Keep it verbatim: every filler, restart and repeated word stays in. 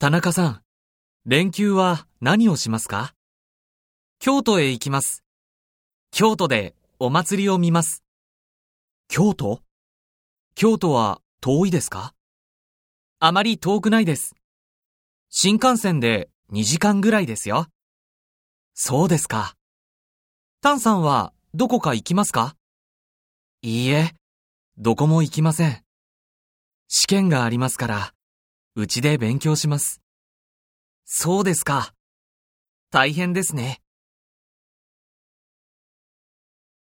田中さん、連休は何をしますか？京都へ行きます。京都でお祭りを見ます。京都？京都は遠いですか？あまり遠くないです。新幹線でにじかんぐらいですよ。そうですか。丹さんはどこか行きますか？いいえ、どこも行きません。試験がありますから、うちで勉強します。そうですか。大変ですね。